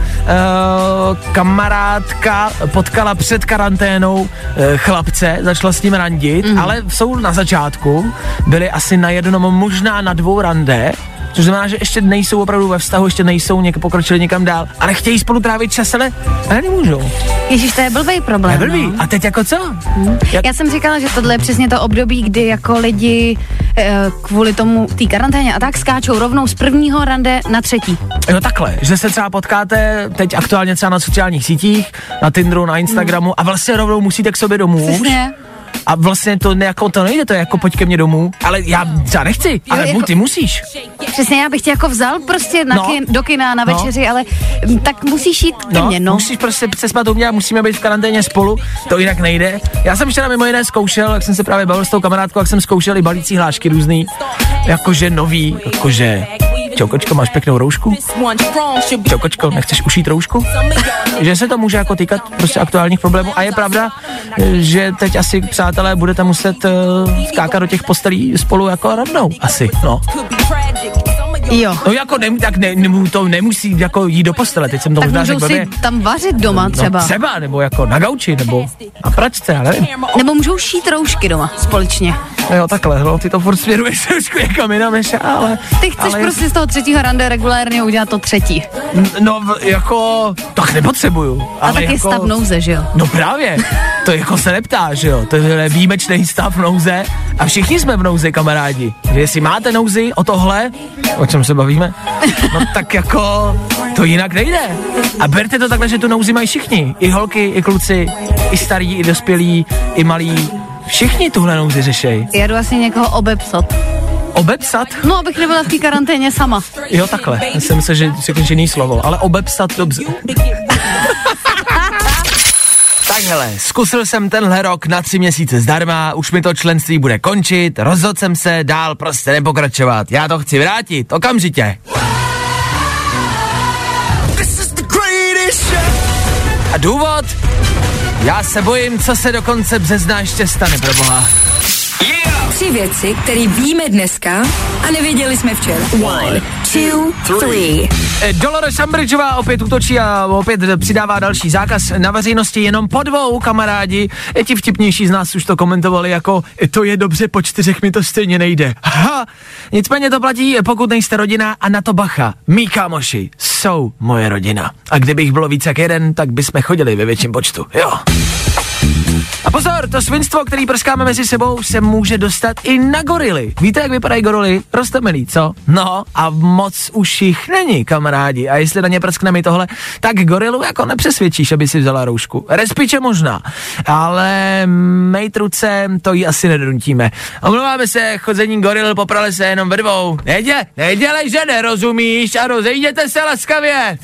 kamarádka potkala před karanténou chlapce, začala s ním randit, ale jsou na začátku, byli asi na jednom, možná na 2 rande, což znamená, že ještě nejsou opravdu ve vztahu, ještě nejsou pokročili někam dál, ale chtějí spolu trávit čas, ale nemůžou. Ježíš, to je blbej problém. Je blbý. No. A teď jako co? Já jsem říkala, že tohle je přesně to období, kdy jako lidi kvůli tomu té karanténě a tak skáčou rovnou z prvního rande na 3. Jo, takhle, že se třeba potkáte teď aktuálně třeba na sociálních sítích, na Tinderu, na Instagramu a vlastně rovnou musíte k sobě domů. Přesně. A vlastně to nejde, to je jako pojď ke mně domů, ale já třeba nechci, ale jako, ty musíš. Přesně, já bych tě jako vzal prostě do kina na večeři, ale tak musíš jít ke mně, musíš prostě se spát u mě a musíme být v karanténě spolu, to jinak nejde. Já jsem včera mimo jiné zkoušel, jak jsem se právě bavil s tou kamarádkou, jak jsem zkoušel i balící hlášky různý, jakože nový, jakože Čaukočko, máš pěknou roušku? Čaukočko, nechceš ušít roušku? Že se to může jako týkat prostě aktuálních problémů a je pravda, že teď asi, přátelé, budete muset skákat do těch postelí spolu jako rovnou. Asi, no. Jo. No jako to nemusí jako jít do postele, teď jsem to tak možná řekl. Tak můžou si tam vařit doma třeba. No, třeba, nebo jako na gauči, nebo na pračce, já nevím. Nebo můžou šít roušky doma společně. Jo, takhle, ty to furt směruješ trošku někam jinam, ale... Ty chceš prostě z toho 3. rande regulárně udělat to 3. No, jako, tak nepotřebuju. A tak jako, je stav nouze, že jo? No právě, to jako se neptá, že jo, to je výjimečný stav nouze a všichni jsme v nouzi, kamarádi. Jestli máte nouzi o tohle, o čem se bavíme, no tak jako, to jinak nejde. A berte to takhle, že tu nouzi mají všichni, i holky, i kluci, i starý, i dospělí, i malí. Všichni tuhle nouzi řešej. Já jdu asi někoho obepsat. Obepsat? No, abych nebyla v té karanténě sama. Jo, takhle. Já jsem myslel, že řekneš jiný slovo, ale obepsat dobře. Tak hele, zkusil jsem tenhle rok na 3 měsíce zdarma, už mi to členství bude končit, rozhodl jsem se dál prostě nepokračovat. Já to chci vrátit, okamžitě. A důvod? Já se bojím, co se do konce března ještě stane, proboha. 3 věci, které víme dneska a nevěděli jsme včera. 1, 2, 3. Dolores Umbridgeová opět útočí a opět přidává další zákaz na veřejnosti jenom po 2, kamarádi. Ti vtipnější z nás už to komentovali jako to je dobře, po 4 mi to stejně nejde. Ha! Nicméně to platí, pokud nejste rodina a na to bacha. Mí kámoši jsou moje rodina. A kdybych bylo víc jak jeden, tak bychom chodili ve větším počtu. Jo. A pozor, to svinstvo, který prskáme mezi sebou, se může dostat i na gorily. Víte, jak vypadají gorily? Roztomilí, co? No a moc už jich není, kamarádi. A jestli na ně prskne tohle, tak gorilu jako nepřesvědčíš, aby si vzala roušku. Respiče možná, ale mejt ruce, to jí asi nedonutíme. Omlouváme se, chození goril po pralese jenom ve 2. Nedělej, že nerozumíš a rozejděte se laskavě.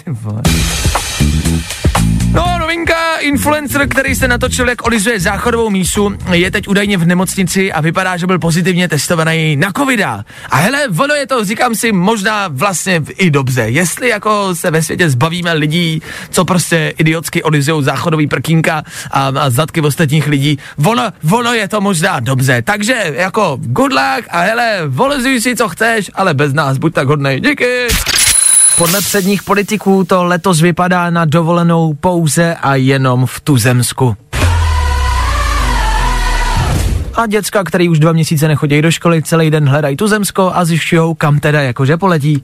No, novinka, influencer, který se natočil, jak olizuje záchodovou mísu, je teď údajně v nemocnici a vypadá, že byl pozitivně testovaný na covida. A hele, ono je to, říkám si, možná vlastně i dobře. Jestli jako se ve světě zbavíme lidí, co prostě idiotsky olizujou záchodový prkínka a zadky ostatních lidí, ono je to možná dobře. Takže jako good luck a hele, olizuj si, co chceš, ale bez nás, buď tak hodnej. Díky! Podle předních politiků to letos vypadá na dovolenou pouze a jenom v tuzemsku. A děcka, který už 2 měsíce nechodí do školy, celý den hledají tuzemsko a zjišťujou, kam teda jakože poletí.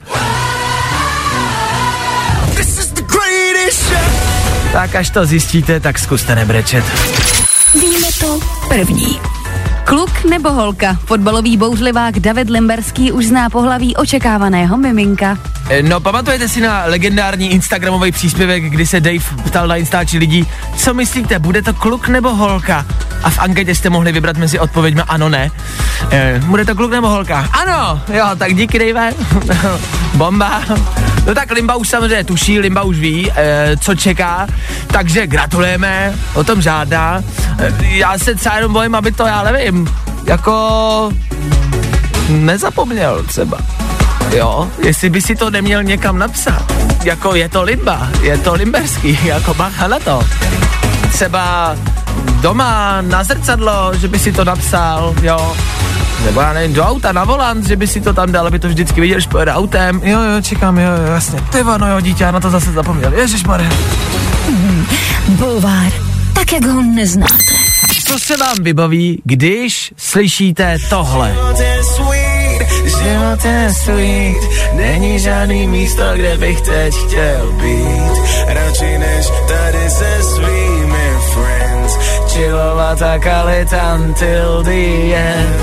Tak až to zjistíte, tak zkuste nebrečet. Víme to první. Kluk nebo holka? Fotbalový bouřlivák David Limberský už zná pohlaví očekávaného miminka. No, pamatujete si na legendární instagramový příspěvek, kdy se Dave ptal na Instači lidí, co myslíte, bude to kluk nebo holka? a v anketě jste mohli vybrat mezi odpověďmi ano, ne. Bude to kluk nebo holka? Ano, jo, tak díky, Dave. Bomba. No tak Limba už samozřejmě tuší, Limba už ví, co čeká, takže gratulujeme, o tom žádná. Já se třeba jenom bojím, aby to, já nevím, jako nezapomněl třeba. Jo, jestli by si to neměl někam napsat, jako je to Limba, je to limberský, jako bacha na to. Třeba doma na zrcadlo, že by si to napsal, jo. Nebo já nevím, do auta na volant, že by si to tam dal, aby to vždycky viděl, že pojede autem. Jo, čekám, jo, jasně. Tyvo, no jo, dítě, já na to zase zapomněl. Ježišmarja. Bulvár, tak jak ho neznáte. Co se vám vybaví, když slyšíte tohle? Život je sweet, není žádný místo, kde bych teď chtěl být. Radši než tady se svými friends, chillovat a kalit until the end.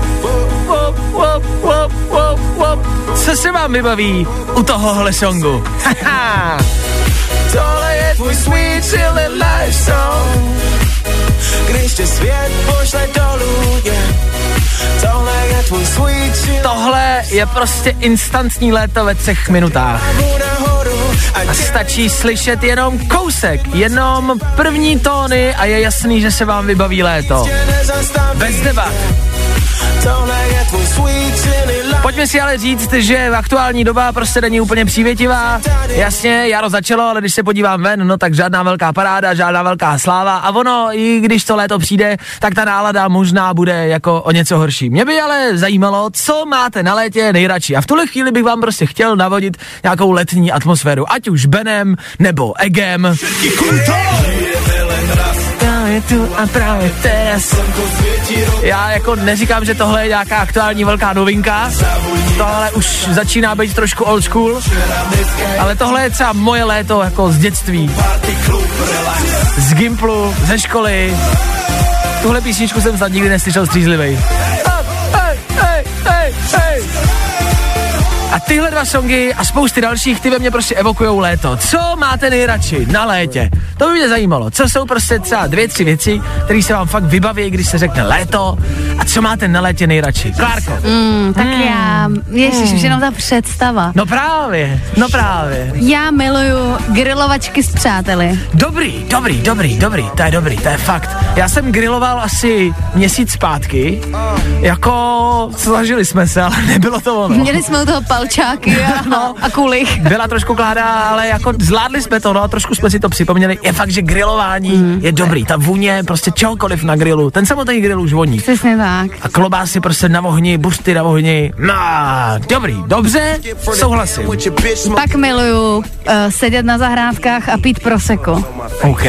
Co se vám vybaví u tohohle songu? Tohle je tvůj sweet chilly life song. Když tě svět pošle dolů, tohle je tvůj sweet chill. Tohle je prostě instantní léto ve 3 minutách. A stačí slyšet jenom kousek, jenom první tóny a je jasný, že se vám vybaví léto. Bez debat. Pojďme si ale říct, že aktuální doba prostě není úplně přívětivá. Jasně, jaro začalo, ale když se podívám ven, no tak žádná velká paráda, žádná velká sláva a ono, i když to léto přijde, tak ta nálada možná bude jako o něco horší. Mě by ale zajímalo, co máte na létě nejradši a v tuhle chvíli bych vám prostě chtěl navodit nějakou letní atmosféru, ať už Benem nebo Egem. Právě tu a právě teraz. Já jako neříkám, že tohle je nějaká aktuální velká novinka, tohle už začíná být trošku old school, ale tohle je třeba moje léto jako z dětství, z Gimplu, ze školy. Tuhle písničku jsem snad nikdy neslyšel střízlivej. A tyhle 2 songy a spousty dalších, ty ve mně prostě evokujou léto. Co máte nejradši na létě? To by mě zajímalo. Co jsou prostě třeba 2-3 věci, které se vám fakt vybaví, když se řekne léto? A co máte na létě nejradši? Klárko. Tak já, ježiš, už jenom ta představa. No právě. Já miluju grilovačky s přáteli. Dobrý, to je dobrý, to je fakt. Já jsem griloval asi měsíc zpátky, jako zažili jsme se, ale nebylo to ono. Měli jsme u toho palčáky a kulich. Byla trošku kláda, ale jako zvládli jsme to, no, trošku jsme si to připomněli. Je fakt, že grilování je dobrý, ta vůně prostě čehokoliv na grilu, ten samotný grill už voní. Přesně tak. A klobásy prostě na ohni, buřty na ohni, no, dobrý, dobře, souhlasím. Pak miluju sedět na zahrádkách a pít prosecco. OK.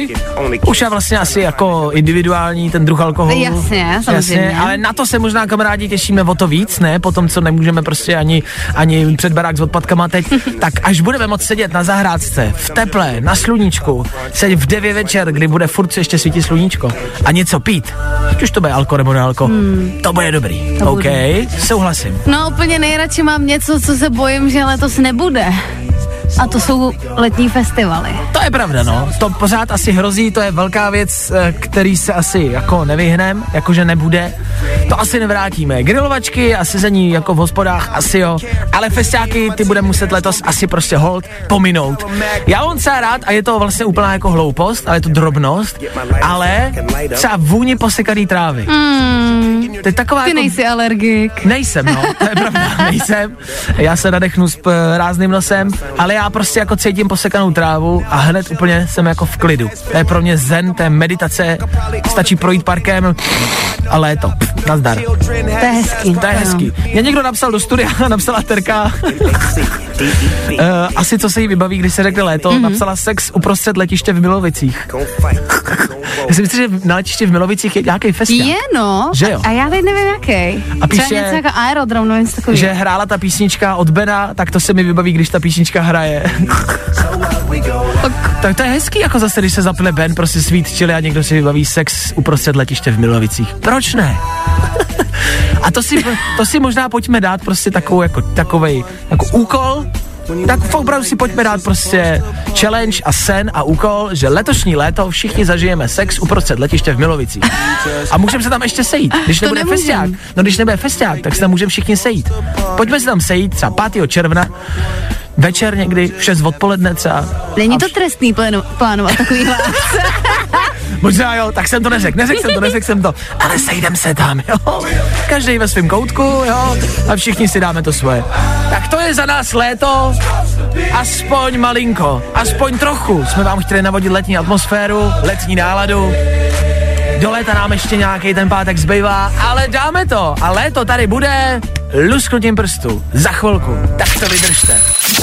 Už je vlastně asi jako individuální ten druh alkoholu. Jasně, samozřejmě. Jasně, ale na to se možná kamarádi těšíme o to víc, ne? Po tom, co nemůžeme prostě ani před barák s odpadkama teď, tak až budeme moct sedět na zahrádce, v teple, na sluníčku, sedět v 9 večer, kdy bude furt ještě svítit sluníčko a něco pít, už to bude alko nebo nealko, to bude dobrý. To OK, bude. Souhlasím. No úplně nejradši mám něco, co se bojím, že letos nebude. A to jsou letní festivaly. To je pravda, no. To pořád asi hrozí, to je velká věc, který se asi jako nevyhnem, jakože nebude. To asi nevrátíme. Grilovačky a sezení jako v hospodách asi jo, ale festiáky ty budeme muset letos asi prostě hold pominout. Já mám třeba rád, a je to vlastně úplná jako hloupost, ale je to drobnost, ale třeba vůni posekaný trávy. To je taková Ty jako... nejsi alergik. Nejsem, no, to je pravda, nejsem. Já se nadechnu s rázným nosem, ale já prostě jako cítím posekanou trávu a hned úplně jsem jako v klidu. To je pro mě zen, to je meditace, stačí projít parkem a léto. Nazdar. To je hezký. To je hezký. Mě někdo napsal do studia, napsala Terka, asi co se jí vybaví, když se řekne léto, napsala sex uprostřed letiště v Milovicích. Já si myslím, že na letišti v Milovicích je nějaký festival. Je, no. Že jo? A já teď nevím jaký. A píše, třeba něco jako aerodrom, no něco takový. Že hrála ta písnička od Bena, tak to se mi vybaví, když ta písnička hraje. Tak to je hezký, jako zase, když se zapne Ben, prostě sweet chili a někdo si vybaví sex uprostřed letiště v Milovicích. Proč ne? A to si možná pojďme dát prostě takový jako úkol Tak opravdu si pojďme dát prostě challenge a sen a úkol, že letošní léto všichni zažijeme sex uprostřed letiště v Milovicích. A můžeme se tam ještě sejít, když nebude festiák. No když nebude festiák, tak se tam můžeme všichni sejít. Pojďme se tam sejít třeba 5. června, večer někdy, v 6 odpoledne třeba. Není to trestný plánovat takovýhle akce. Možná jo, tak jsem to neřekl jsem to, ale sejdem se tam, jo. Každý ve svém koutku, jo, a všichni si dáme to svoje. Tak to je za nás léto, aspoň malinko, aspoň trochu jsme vám chtěli navodit letní atmosféru, letní náladu. Do léta nám ještě nějaký ten pátek zbývá, ale dáme to a léto tady bude lusknutím prstu, za chvilku, tak to vydržte.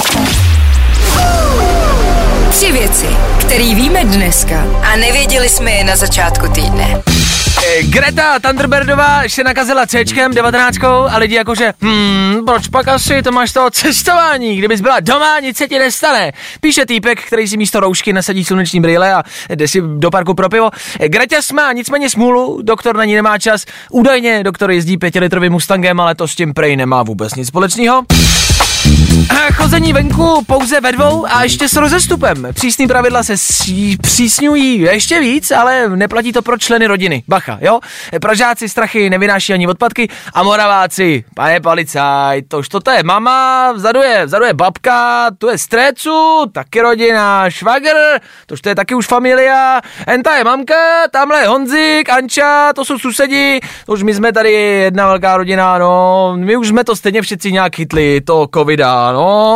3 věci, které víme dneska a nevěděli jsme je na začátku týdne. Greta Thunbergová ještě nakazila Cčkem 19, a lidi jakože, proč pak asi to máš toho cestování, kdybys byla doma, nic se ti nestane. Píše týpek, který si místo roušky nasadí sluneční brýle a jde si do parku pro pivo. Greťa má nicméně smůlu, doktor na ní nemá čas. Údajně doktor jezdí 5litrovým Mustangem, ale to s tím prej nemá vůbec nic společného. Chození venku pouze ve 2 a ještě s rozestupem. Přísný pravidla se přísňují ještě víc, ale neplatí to pro členy rodiny. Bacha, jo? Pražáci strachy nevynáší ani odpadky a Moraváci, pane policajt, to už to je mama, vzadu je babka, tu je strécu, taky rodina, švagr, to je taky už familia, enta je mamka, tamhle je Honzik, Anča, to jsou susedi, to už my jsme tady jedna velká rodina, no, my už jsme to stejně všichni nějak chytli, to covida, no.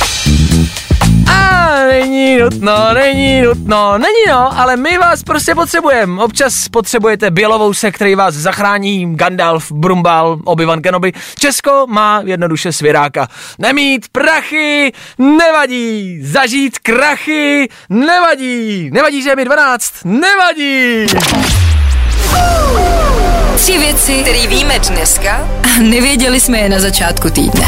A není nutno, ale my vás prostě potřebujeme. Občas potřebujete Bělovouse, který vás zachrání, Gandalf, Brumbal, Obi-Wan Kenobi. Česko má jednoduše svěráka. Nemít prachy nevadí, zažít krachy nevadí, že je mi 12, nevadí. 3 věci, které víme dneska a nevěděli jsme je na začátku týdne.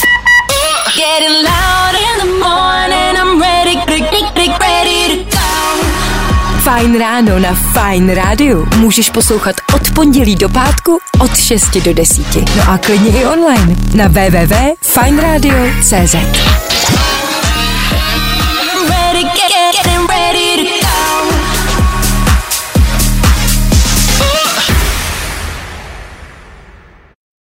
Fajn ráno na Fajn rádiu můžeš poslouchat od pondělí do pátku od 6 do 10. No a klidně i online na www.fajnradio.cz.